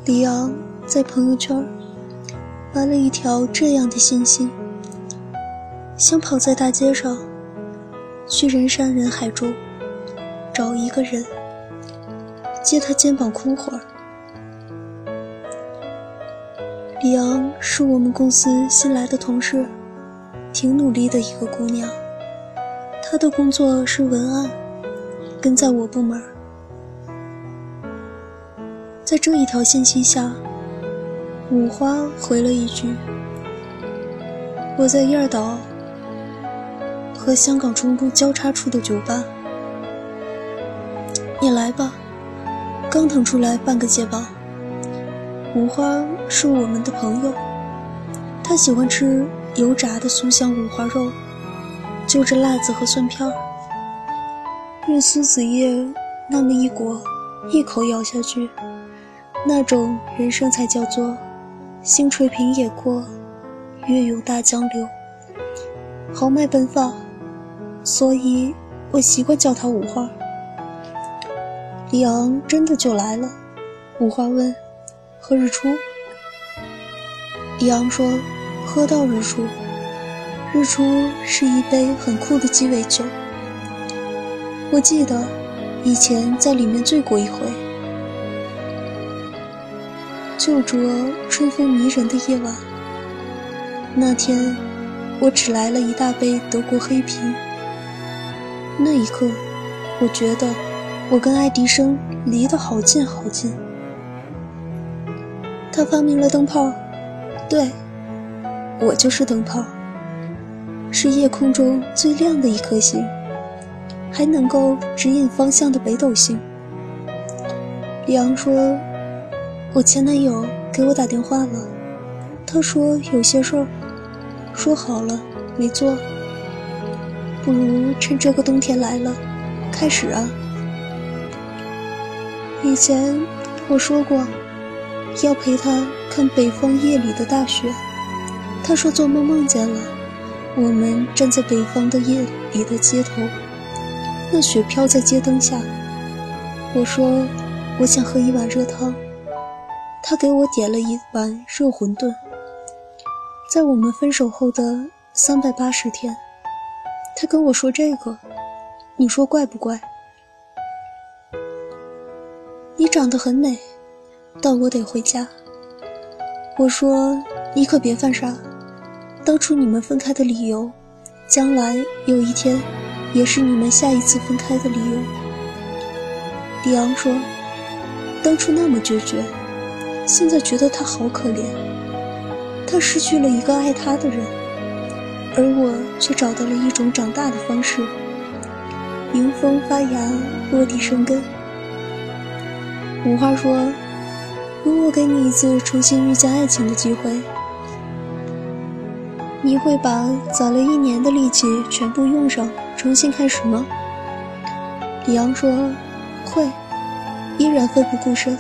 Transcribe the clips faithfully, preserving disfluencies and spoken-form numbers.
李昂在朋友圈发了一条这样的信息：想跑在大街上，去人山人海中找一个人，借他肩膀哭会儿。李昂是我们公司新来的同事，挺努力的一个姑娘。她的工作是文案，跟在我部门。在这一条信息下，五花回了一句：我在燕儿岛和香港中部交叉处的酒吧，你来吧，刚腾出来半个街坊。五花是我们的朋友，他喜欢吃油炸的酥香五花肉，就着辣子和蒜片儿，用苏子叶那么一裹，一口咬下去，那种人生才叫做星垂平野阔，月涌大江流，豪迈奔放，所以我习惯叫他五花。李昂真的就来了。五花问：喝日出？李昂说：喝到日出。日出是一杯很酷的鸡尾酒，我记得以前在里面醉过一回。就着春风迷人的夜晚，那天我只来了一大杯德国黑啤。那一刻我觉得我跟爱迪生离得好近好近。他发明了灯泡，对，我就是灯泡，是夜空中最亮的一颗星，还能够指引方向的北斗星。李昂说，我前男友给我打电话了，他说有些事儿说好了没做，不如趁这个冬天来了开始啊。以前我说过要陪他看北方夜里的大雪，他说做梦梦见了我们站在北方的夜里的街头，那雪飘在街灯下。我说我想喝一碗热汤，他给我点了一碗热馄饨。在我们分手后的三百八十天，他跟我说这个，你说怪不怪？你长得很美，但我得回家。我说你可别犯傻，当初你们分开的理由，将来有一天也是你们下一次分开的理由。李昂说，当初那么决绝，现在觉得他好可怜，他失去了一个爱他的人，而我却找到了一种长大的方式，迎风发芽，落地生根。五花说，如果给你一次重新遇见爱情的机会，你会把攒了一年的力气全部用上，重新开始吗？李昂说，会，依然奋不顾身。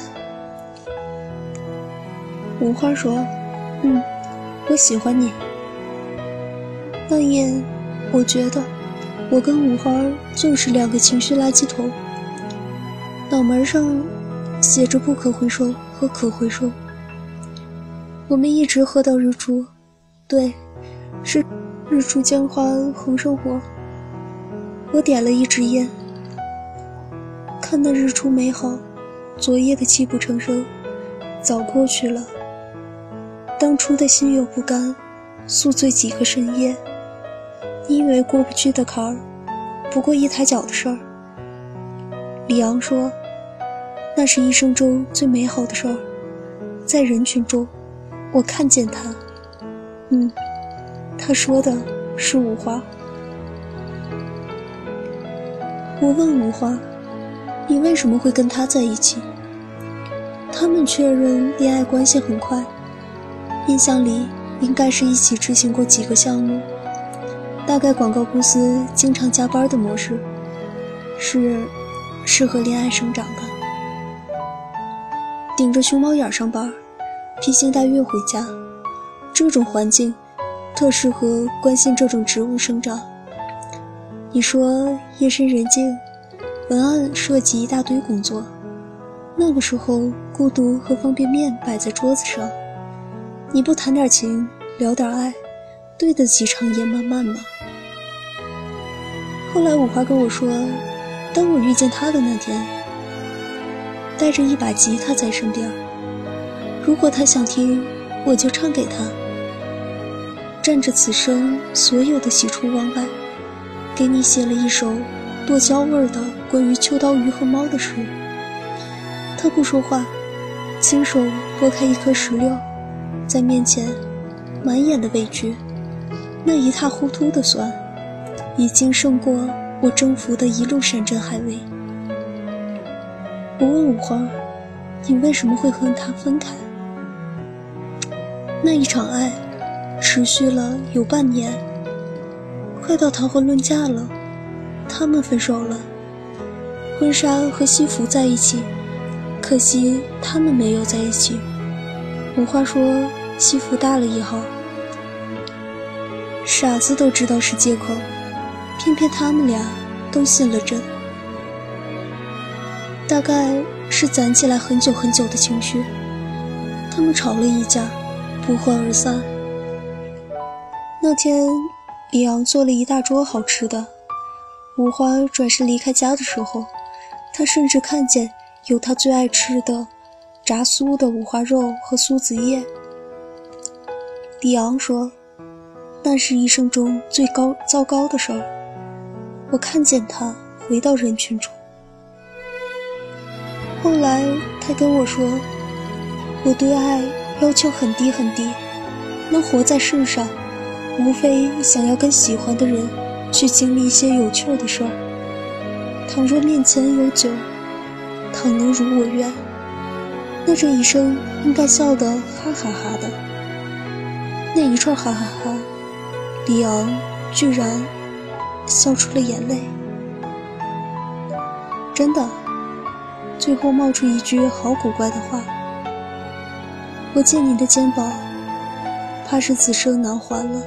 五花说，嗯，我喜欢你。那夜我觉得我跟五花就是两个情绪垃圾桶，脑门上写着不可回收和可回收。我们一直喝到日出，对，是日出江花红生活。我点了一支烟，看那日出美好，昨夜的泣不成声早过去了，当初的心有不甘，宿醉几个深夜，你以为过不去的坎儿，不过一抬脚的事儿。李昂说，那是一生中最美好的事儿，在人群中我看见他。嗯，他说的是五花。我问五花，你为什么会跟他在一起？他们确认恋爱关系很快，印象里应该是一起执行过几个项目，大概广告公司经常加班的模式，是适合恋爱生长的。顶着熊猫眼上班，披星戴月回家，这种环境特适合关心这种植物生长。你说夜深人静，文案涉及一大堆工作，那个时候孤独和方便面摆在桌子上，你不弹点琴，聊点爱，对得起长夜漫漫吗？后来五花跟我说，当我遇见他的那天，带着一把吉他在身边，如果他想听，我就唱给他。蘸着此生所有的喜出望外，给你写了一首剁椒味的关于秋刀鱼和猫的诗。他不说话，亲手剥开一颗石榴，在面前满眼的委屈，那一塌糊涂的酸已经胜过我征服的一路山珍海味。我问五花，你为什么会和他分开？那一场爱持续了有半年，快到谈婚论嫁了，他们分手了，婚纱和西服在一起，可惜他们没有在一起。五花说西服大了一号，傻子都知道是借口，偏偏他们俩都信了真。大概是攒起来很久很久的情绪，他们吵了一架，不欢而散。那天李昂做了一大桌好吃的，五花转身离开家的时候，他甚至看见有他最爱吃的炸酥的五花肉和苏子叶。李昂说，那是一生中最高糟糕的事儿。我看见他回到人群中。后来他跟我说，我对爱要求很低很低，能活在世上，无非想要跟喜欢的人去经历一些有趣的事儿。倘若面前有酒，倘能如我愿，那这一生应该笑得哈哈哈的。那一串哈哈哈，李昂居然笑出了眼泪。真的，最后冒出一句好古怪的话，我借你的肩膀，怕是此生难还了。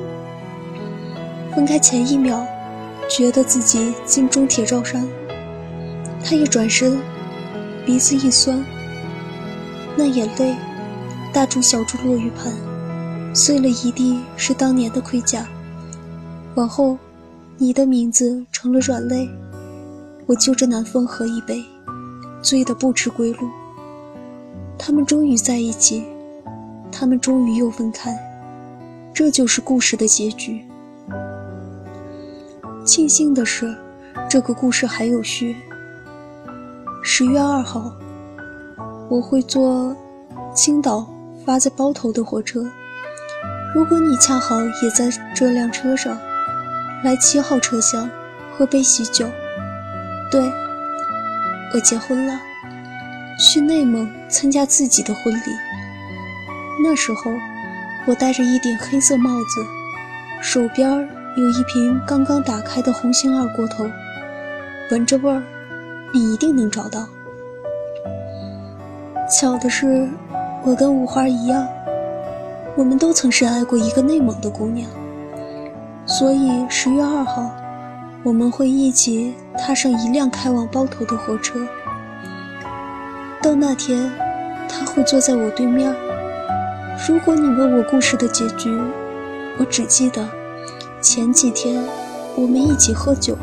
分开前一秒觉得自己心中铁罩衫，他一转身鼻子一酸，那眼泪大珠小珠落玉盘，碎了一地是当年的盔甲。往后你的名字成了软肋，我就着南风喝一杯，醉得不知归路。他们终于在一起，他们终于又分开，这就是故事的结局。庆幸的是，这个故事还有续。十月二号，我会坐青岛发在包头的火车，如果你恰好也在这辆车上，来七号车厢喝杯喜酒。对，我结婚了，去内蒙参加自己的婚礼。那时候我戴着一顶黑色帽子，手边有一瓶刚刚打开的红星二锅头，闻着味儿你一定能找到。巧的是，我跟五花一样，我们都曾深爱过一个内蒙的姑娘，所以十月二号我们会一起踏上一辆开往包头的火车。到那天他会坐在我对面。如果你问我故事的结局，我只记得前几天我们一起喝酒。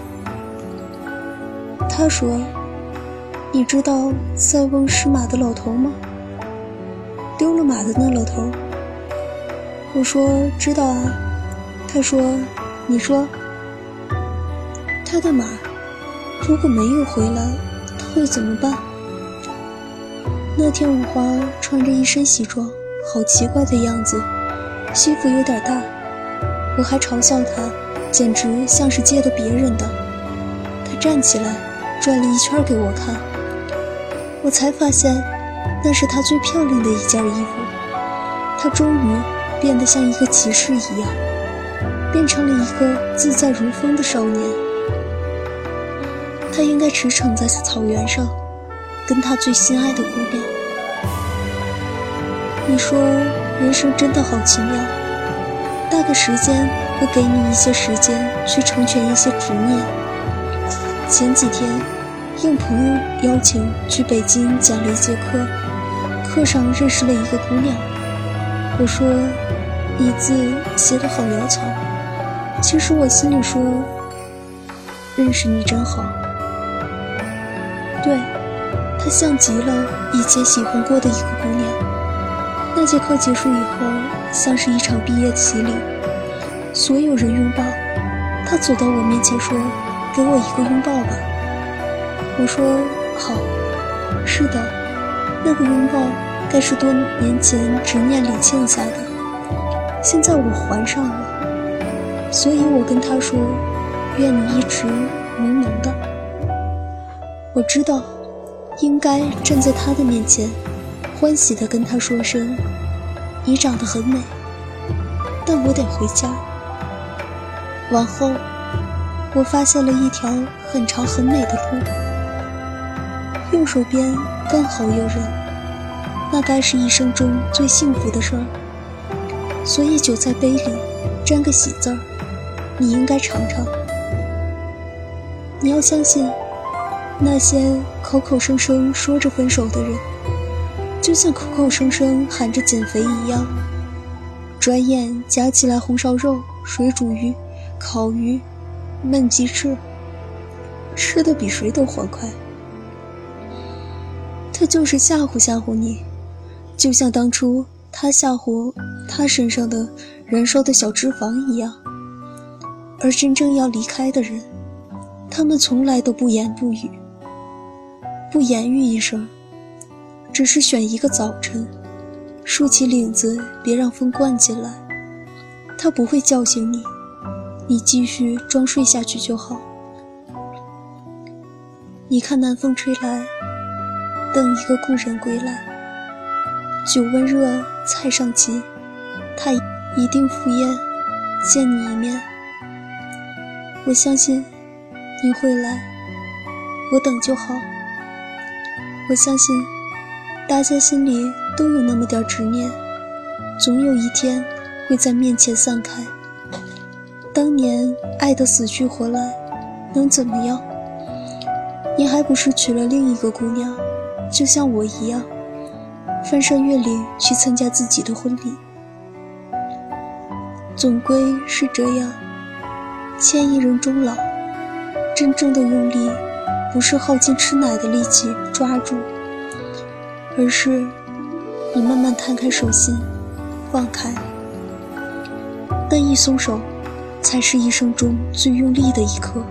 他说，你知道塞翁失马的老头吗？丢了马的那老头。我说知道啊。他说，你说他的马如果没有回来，他会怎么办？那天五花穿着一身西装，好奇怪的样子，西服有点大，我还嘲笑他简直像是借的别人的。他站起来转了一圈给我看，我才发现那是他最漂亮的一件衣服。他终于变得像一个骑士一样，变成了一个自在如风的少年。他应该驰骋在草原上，跟他最心爱的姑娘。你说人生真的好奇妙，大概时间会给你一些时间去成全一些执念。前几天应朋友邀请去北京讲了一节课，课上认识了一个姑娘。我说你字写得好潦草，其实我心里说认识你真好。对，她像极了以前喜欢过的一个姑娘。那节课结束以后，像是一场毕业典礼，所有人拥抱。她走到我面前说，给我一个拥抱吧。我说好。是的，那个拥抱该是多年前执念里欠下的，现在我还上了，所以我跟他说，愿你一直萌萌的。我知道应该站在他的面前，欢喜地跟他说声，你长得很美，但我得回家。往后我发现了一条很长很美的路，右手边刚好有人，那该是一生中最幸福的事儿，所以酒在杯里沾个喜字儿，你应该尝尝。你要相信，那些口口声声说着分手的人，就像口口声声喊着减肥一样，转眼夹起来红烧肉、水煮鱼、烤鱼、焖鸡翅，吃得比谁都欢快。他就是吓唬吓唬你，就像当初他吓唬他身上的燃烧的小脂肪一样。而真正要离开的人，他们从来都不言不语，不言语一声，只是选一个早晨，竖起领子，别让风灌进来。他不会叫醒你，你继续装睡下去就好。你看南风吹来，等一个故人归来，酒温热，菜上齐，他一定赴宴见你一面。我相信你会来，我等就好。我相信大家心里都有那么点执念，总有一天会在面前散开。当年爱得死去活来，能怎么样？你还不是娶了另一个姑娘，就像我一样，翻山越岭去参加自己的婚礼。总归是这样，牵一人终老，真正的用力不是耗尽吃奶的力气抓住，而是你慢慢摊开手心放开。但一松手，才是一生中最用力的一刻。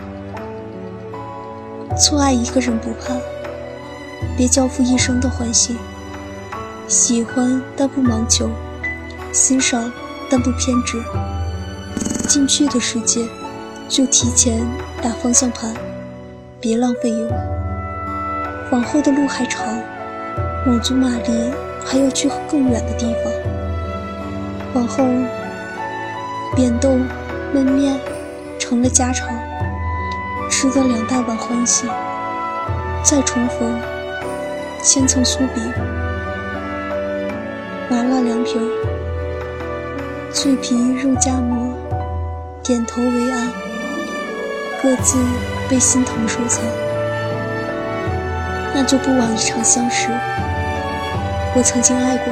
错爱一个人不怕，别交付一生的欢喜。喜欢但不盲求，欣赏但不偏执。进去的世界，就提前打方向盘，别浪费油。往后的路还长，卯足马力还要去更远的地方。往后扁豆焖面成了家常，吃得两大碗欢喜。再重逢，千层酥饼，麻辣凉皮儿，脆皮肉夹馍，点头为安，各自被心疼收藏。那就不枉一场相识。我曾经爱过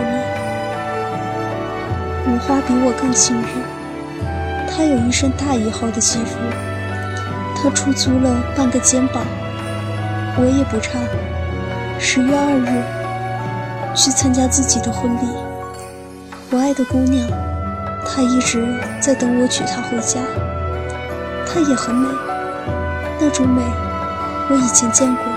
你。五花比我更幸运，他有一身大一号的西服，他出租了半个肩膀，我也不差。十月二日去参加自己的婚礼，我爱的姑娘，她一直在等我娶她回家。她也很美，那种美我以前见过。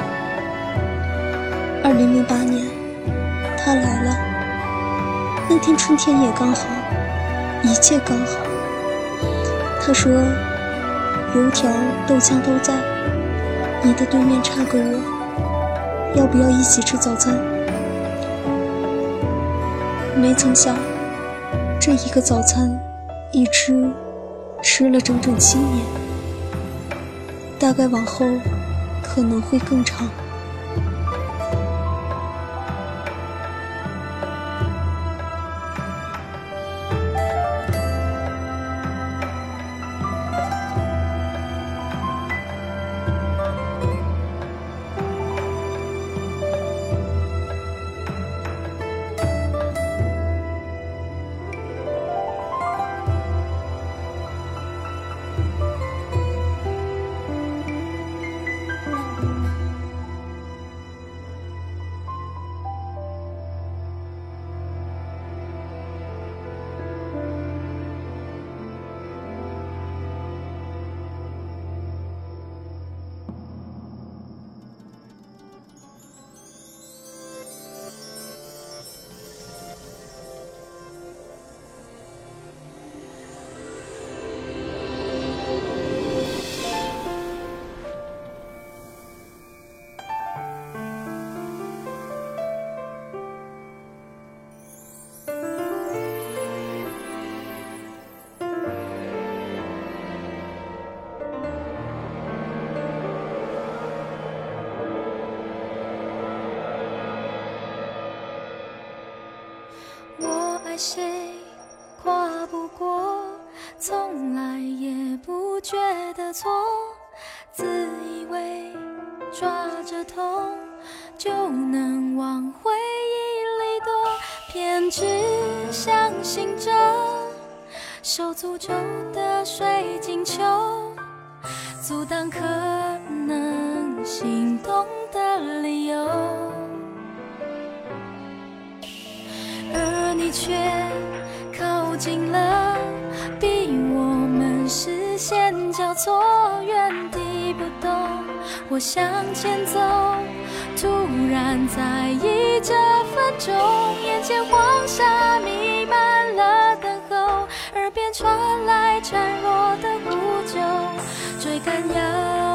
二零零八年她来了，那天春天也刚好，一切刚好。她说油条豆浆都在，你的对面差个我，要不要一起吃早餐？没曾想这一个早餐一吃吃了整整七年，大概往后可能会更长。 怪谁跨不过，从来也不觉得错，自以为抓着痛就能往回忆里躲，偏只相信着受诅咒的水晶球，阻挡可能心动的理由，而你却靠近了，逼我们视线交错，原地不动。我向前走，突然在意这分钟，眼前黄沙弥漫了等候，耳边传来孱弱的呼救，追赶要